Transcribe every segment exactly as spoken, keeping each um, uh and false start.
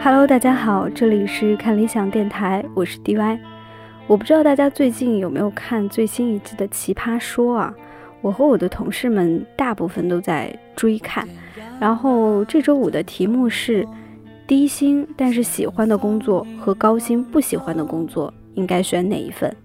Hello， 大家好，这里是看理想电台，我是 D Y。我不知道大家最近有没有看最新一季的奇葩说啊？我和我的同事们大部分都在追看。然后这周五的题目是低薪但是喜欢的工作和高薪不喜欢的工作应该选哪一份？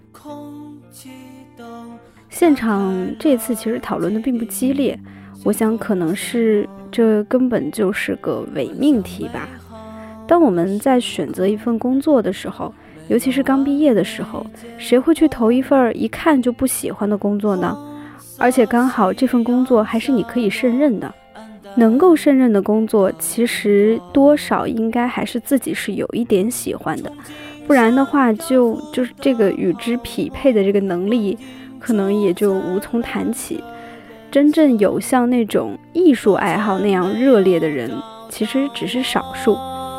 现场这次其实讨论的并不激烈，我想可能是这根本就是个伪命题吧。当我们在选择一份工作的时候，尤其是刚毕业的时候，谁会去投一份一看就不喜欢的工作呢？而且刚好这份工作还是你可以胜任的。能够胜任的工作，其实多少应该还是自己是有一点喜欢的，不然的话就就是这个与之匹配的这个能力可能也就无从谈起。真正有像那种艺术爱好那样热烈的人其实只是少数。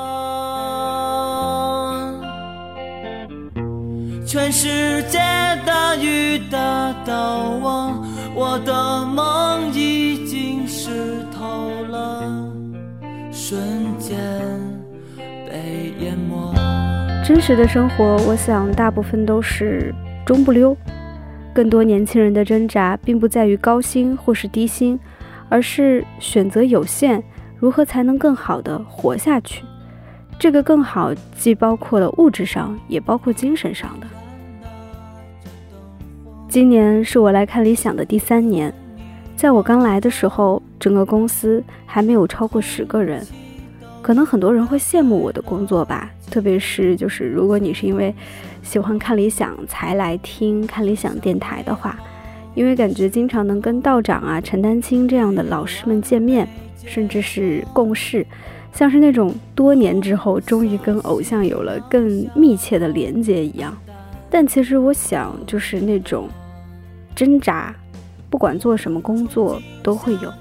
全世界大雨大到我，我的梦已经湿透了，瞬间被淹没。 真实的生活，我想大部分都是中不溜。更多年轻人的挣扎并不在于高薪或是低薪，而是选择有限，如何才能更好地活下去。这个更好既包括了物质上，也包括精神上的。今年是我来看理想的第三年，在我刚来的时候，整个公司还没有超过十个人。可能很多人会羡慕我的工作吧，特别是就是如果你是因为喜欢看理想才来听看理想电台的话，因为感觉经常能跟道长啊、陈丹青这样的老师们见面，甚至是共事，像是那种多年之后终于跟偶像有了更密切的连接一样。但其实我想，就是那种挣扎，不管做什么工作都会有。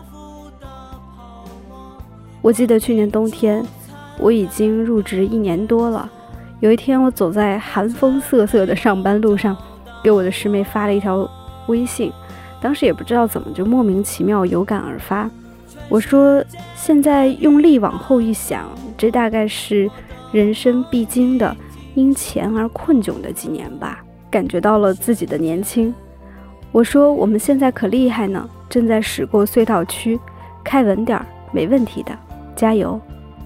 我记得去年冬天，我已经入职一年多了。有一天，我走在寒风瑟瑟的上班路上，给我的师妹发了一条微信。当时也不知道怎么就莫名其妙有感而发，我说：现在用力往后一想，这大概是人生必经的因钱而困窘的几年吧，感觉到了自己的年轻。我说我们现在可厉害呢，正在驶过隧道区，开稳点儿，没问题的，加油。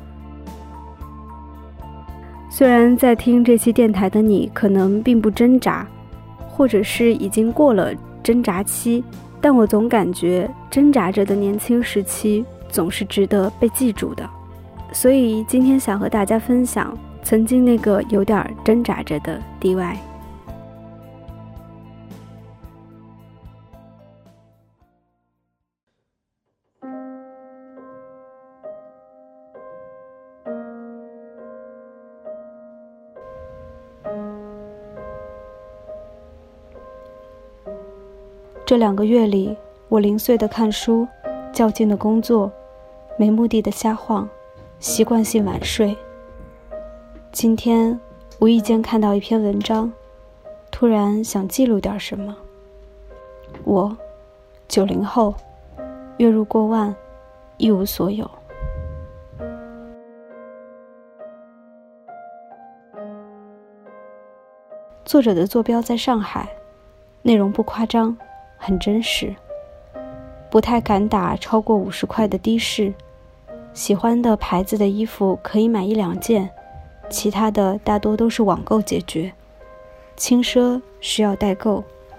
虽然在听这期电台的你可能并不挣扎，或者是已经过了挣扎期，但我总感觉挣扎着的年轻时期总是值得被记住的。所以今天想和大家分享曾经那个有点挣扎着的 D Y。 这两个月里，我零碎的看书，较劲的工作，没目的的瞎晃，习惯性晚睡。今天无意间看到一篇文章，突然想记录点什么。我九零后，月入过万，一无所有。作者的坐标在上海，内容不夸张，很真实。不太敢打超过五十块的的士，喜欢的牌子的衣服可以买一两件，其他的大多都是网购解决，轻奢需要代购。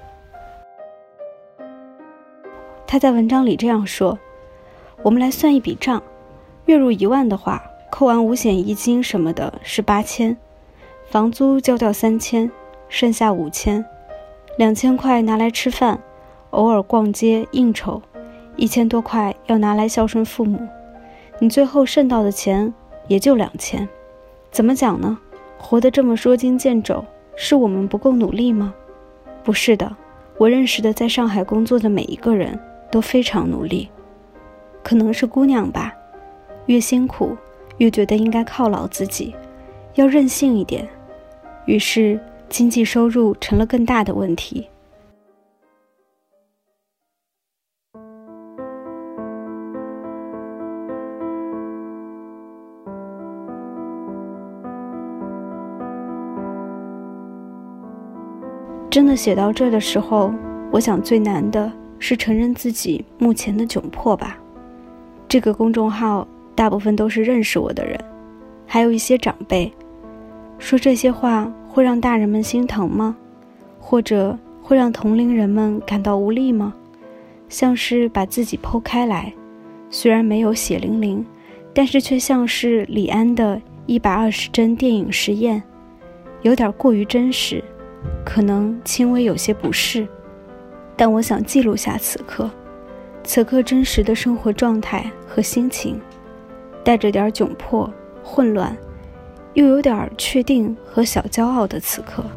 他在文章里这样说：我们来算一笔账，月入一万的话，扣完五险一金什么的是八千，房租交掉三千，剩下五千，两千块拿来吃饭，偶尔逛街应酬，一千多块要拿来孝顺父母，你最后剩到的钱也就两千。怎么讲呢？活得这么捉襟见肘，是我们不够努力吗？不是的，我认识的在上海工作的每一个人都非常努力。可能是姑娘吧，越辛苦越觉得应该犒劳自己，要任性一点，于是经济收入成了更大的问题。 真的写到这的时候，我想最难的是承认自己目前的窘迫吧。这个公众号大部分都是认识我的人，还有一些长辈。说这些话会让大人们心疼吗？或者会让同龄人们感到无力吗？像是把自己剖开来，虽然没有血淋淋，但是却像是李安的一百二十帧电影实验，有点过于真实，可能轻微有些不适。但我想记录下此刻此刻真实的生活状态和心情，带着点窘迫、混乱，又有点确定和小骄傲的此刻。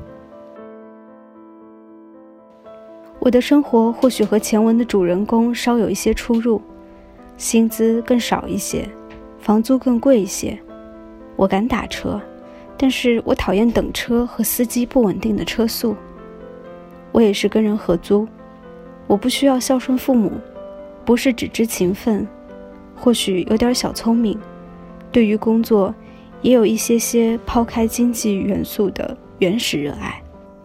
我的生活或许和前文的主人公稍有一些出入，薪资更少一些，房租更贵一些。我敢打车，但是我讨厌等车和司机不稳定的车速。我也是跟人合租，我不需要孝顺父母，不是只知勤奋，或许有点小聪明，对于工作也有一些些抛开经济元素的原始热爱。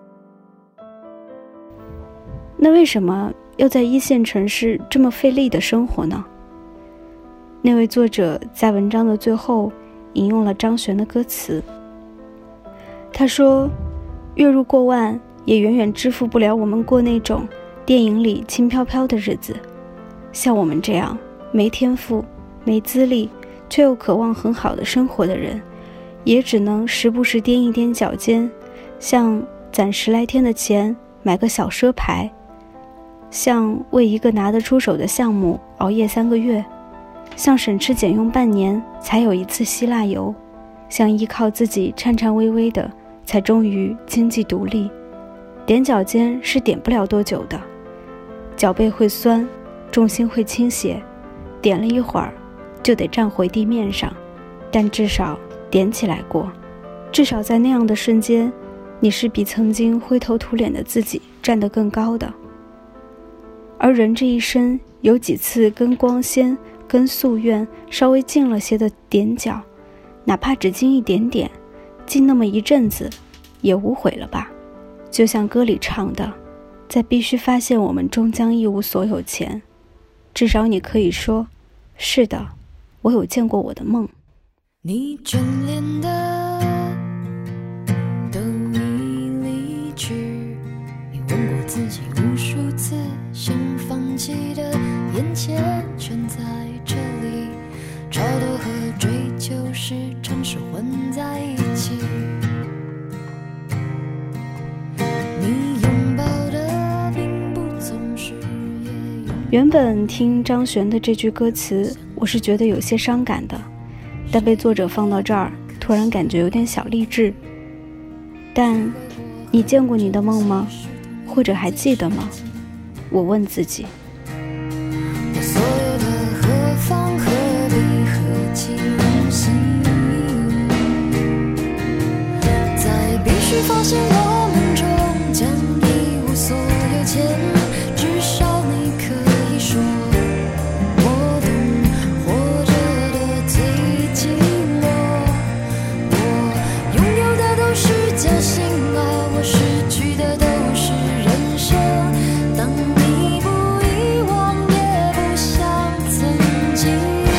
那为什么要在一线城市这么费力的生活呢？那位作者在文章的最后引用了张悬的歌词，他说，月入过万也远远支付不了我们过那种电影里轻飘飘的日子。像我们这样没天赋、没资历，却又渴望很好的生活的人，也只能时不时踮一踮脚尖，像攒十来天的钱买个小奢牌，像为一个拿得出手的项目熬夜三个月，像省吃俭用半年才有一次希腊游，像依靠自己颤颤巍巍的才终于经济独立。踮脚尖是踮不了多久的，脚背会酸，重心会倾斜，踮了一会儿就得站回地面上，但至少踮起来过，至少在那样的瞬间，你是比曾经灰头土脸的自己站得更高的。而人这一生有几次跟光鲜、跟夙愿稍微近了些的踮脚，哪怕只近一点点，近那么一阵子，也无悔了吧。就像歌里唱的，在必须发现我们终将一无所有前，至少你可以说，是的，我有见过我的梦。 你眷恋的都已离去，你问过自己无数次，想放弃的眼前全在这里，超脱和追求时常是混在一起。你拥抱的并不总是也拥原本听张悬的这句歌词，我是觉得有些伤感的，但被作者放到这儿，突然感觉有点小励志。但你见过你的梦吗？或者还记得吗？我问自己。 所有的何方何必何其荣幸，在必须发现我们终将一无所有前，至少你可以说我懂活着的最寂寞。我拥有的都是侥幸啊，我失去的都是人生。当你不遗忘也不像曾经，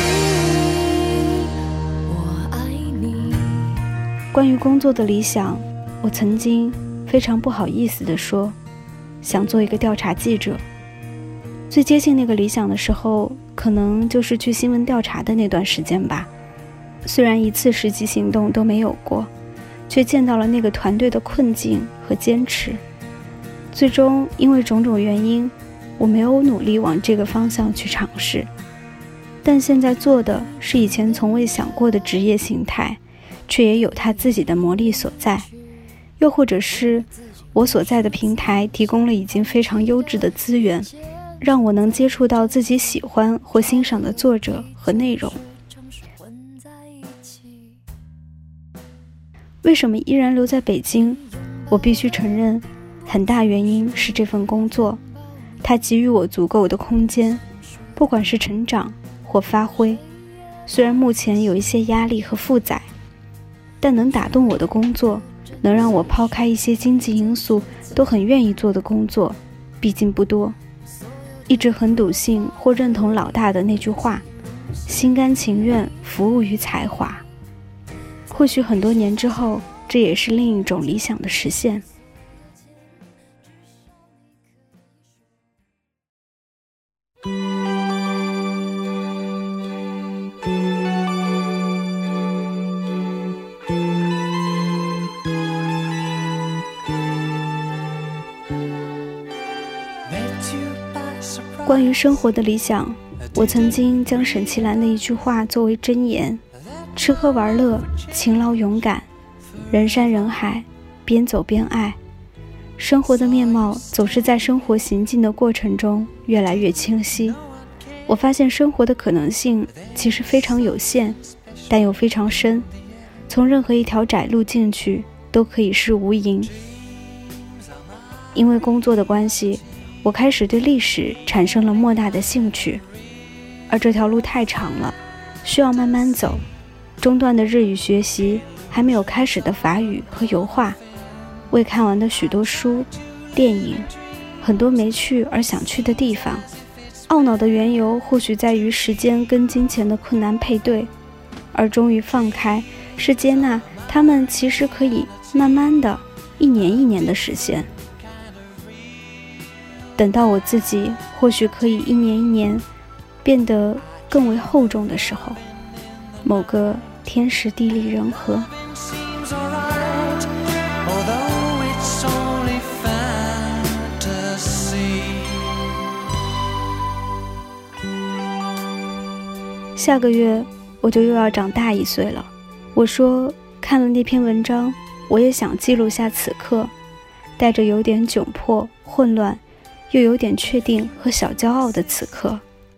我爱你。 关于工作的理想，我曾经非常不好意思地说，想做一个调查记者。最接近那个理想的时候，可能就是去新闻调查的那段时间吧。虽然一次实际行动都没有过，却见到了那个团队的困境和坚持。最终因为种种原因，我没有努力往这个方向去尝试。但现在做的是以前从未想过的职业形态，却也有它自己的魔力所在。又或者是我所在的平台提供了已经非常优质的资源，让我能接触到自己喜欢或欣赏的作者和内容。为什么依然留在北京？我必须承认，很大原因是这份工作，它给予我足够的空间，不管是成长或发挥。虽然目前有一些压力和负载，但能打动我的工作， 能让我抛开一些经济因素都很愿意做的工作，毕竟不多。一直很笃信或认同老大的那句话，心甘情愿服务于才华。或许很多年之后，这也是另一种理想的实现。关于生活的理想，我曾经将沈其兰的一句话作为箴言：吃喝玩乐，勤劳勇敢，人山人海，边走边爱。生活的面貌总是在生活行进的过程中越来越清晰。我发现生活的可能性其实非常有限，但又非常深，从任何一条窄路进去都可以是无垠。因为工作的关系，我开始对历史产生了莫大的兴趣，而这条路太长了，需要慢慢走。中断的日语学习，还没有开始的法语和油画，未看完的许多书、电影，很多没去而想去的地方。懊恼的缘由或许在于时间跟金钱的困难配对，而终于放开是接纳他们其实可以慢慢的一年一年的实现。等到我自己或许可以一年一年变得更为厚重的时候，某个天时地利人和。下个月我就又要长大一岁了。我说看了那篇文章，我也想记录下此刻，带着有点窘迫、混乱，又有点确定和小骄傲的此刻。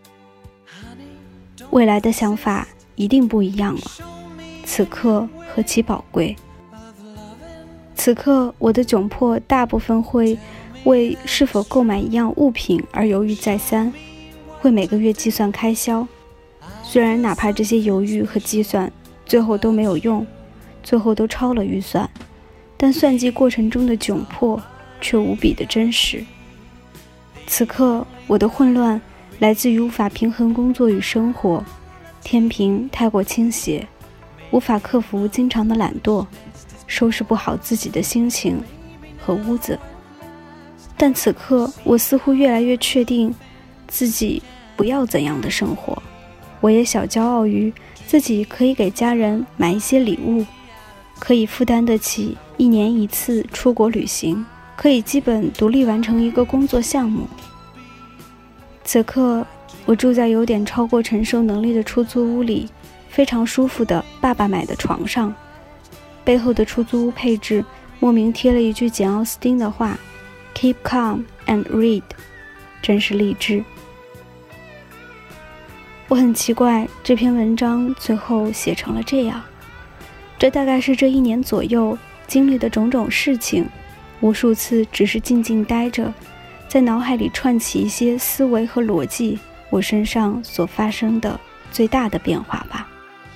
未来的想法一定不一样了，此刻何其宝贵。此刻我的窘迫大部分会为是否购买一样物品而犹豫再三，会每个月计算开销。虽然哪怕这些犹豫和计算最后都没有用，最后都超了预算，但算计过程中的窘迫却无比的真实。此刻我的混乱来自于无法平衡工作与生活，天平太过倾斜，无法克服经常的懒惰，收拾不好自己的心情和屋子。但此刻我似乎越来越确定自己不要怎样的生活。我也小骄傲于自己可以给家人买一些礼物，可以负担得起一年一次出国旅行，可以基本独立完成一个工作项目。此刻我住在有点超过承受能力的出租屋里，非常舒服的爸爸买的床上，背后的出租屋配置莫名贴了一句简奥斯汀的话 Keep calm and read， 真是励志。我很奇怪这篇文章最后写成了这样，这大概是这一年左右经历的种种事情，无数次只是静静待着，在脑海里串起一些思维和逻辑，我身上所发生的最大的变化吧。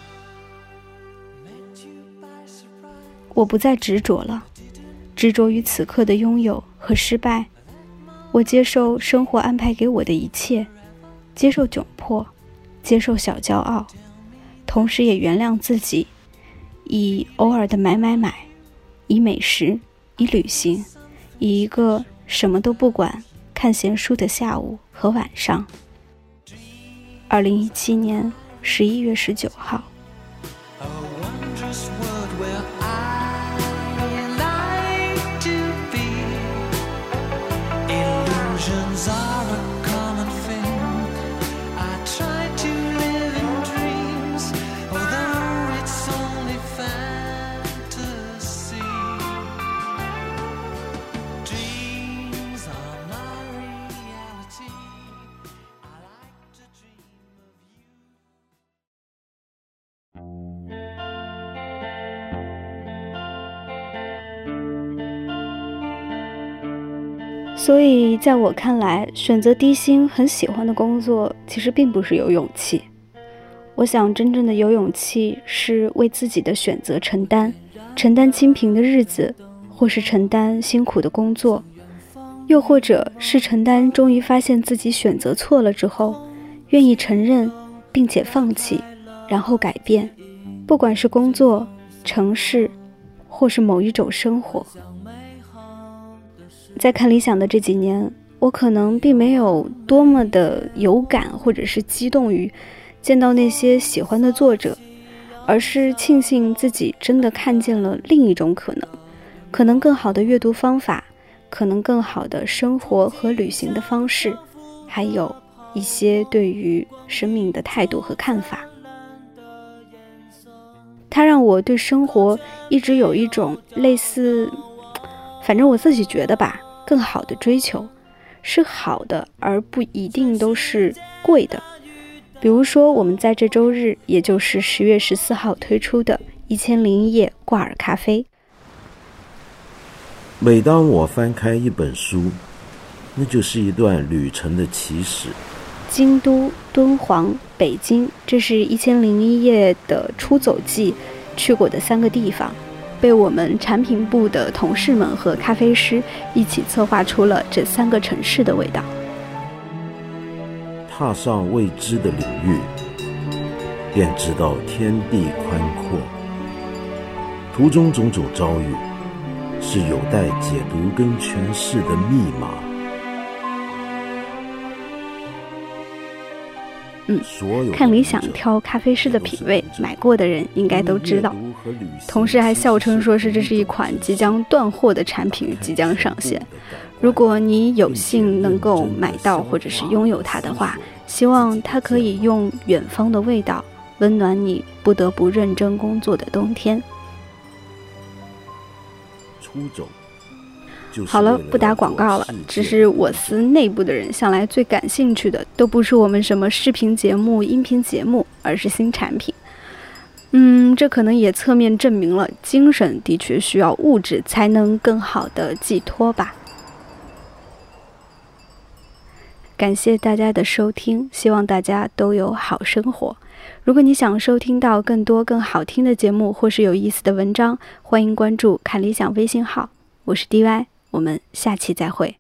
我不再执着了，执着于此刻的拥有和失败。我接受生活安排给我的一切，接受窘迫，接受小骄傲，同时也原谅自己，以偶尔的买买买，以美食，以旅行，以一个什么都不管看闲书的下午和晚上。二零一七年十一月十九号。所以在我看来，选择低薪很喜欢的工作其实并不是有勇气。我想真正的有勇气是为自己的选择承担， 承担清贫的日子，或是承担辛苦的工作，又或者是承担终于发现自己选择错了之后，愿意承认并且放弃，然后改变，不管是工作、城市，或是某一种生活。在看理想的这几年，我可能并没有多么的有感或者是激动于见到那些喜欢的作者，而是庆幸自己真的看见了另一种可能，可能更好的阅读方法，可能更好的生活和旅行的方式，还有一些对于生命的态度和看法。它让我对生活一直有一种类似，反正我自己觉得吧，更好的追求，是好的，而不一定都是贵的。比如说我们在这周日，也就是十月十四号推出的一千零一夜挂耳咖啡。 每当我翻开一本书，那就是一段旅程的起始。 京都、敦煌、北京，这是一千零一夜的出走记去过的三个地方，被我们产品部的同事们和咖啡师一起策划出了这三个城市的味道。 踏上未知的领域，便知道天地宽阔。途中种种遭遇，是有待解读跟诠释的密码。 嗯，看理想挑咖啡师的品味，买过的人应该都知道。同事还笑称说是这是一款即将断货的产品，即将上线。如果你有幸能够买到或者是拥有它的话，希望它可以用远方的味道温暖你不得不认真工作的冬天。 出走好了，不打广告了，只是我司内部的人向来最感兴趣的都不是我们什么视频节目、音频节目，而是新产品。嗯，这可能也侧面证明了精神的确需要物质才能更好的寄托吧。感谢大家的收听，希望大家都有好生活。如果你想收听到更多更好听的节目或是有意思的文章，欢迎关注看理想微信号，我是 D Y， 我们下期再会。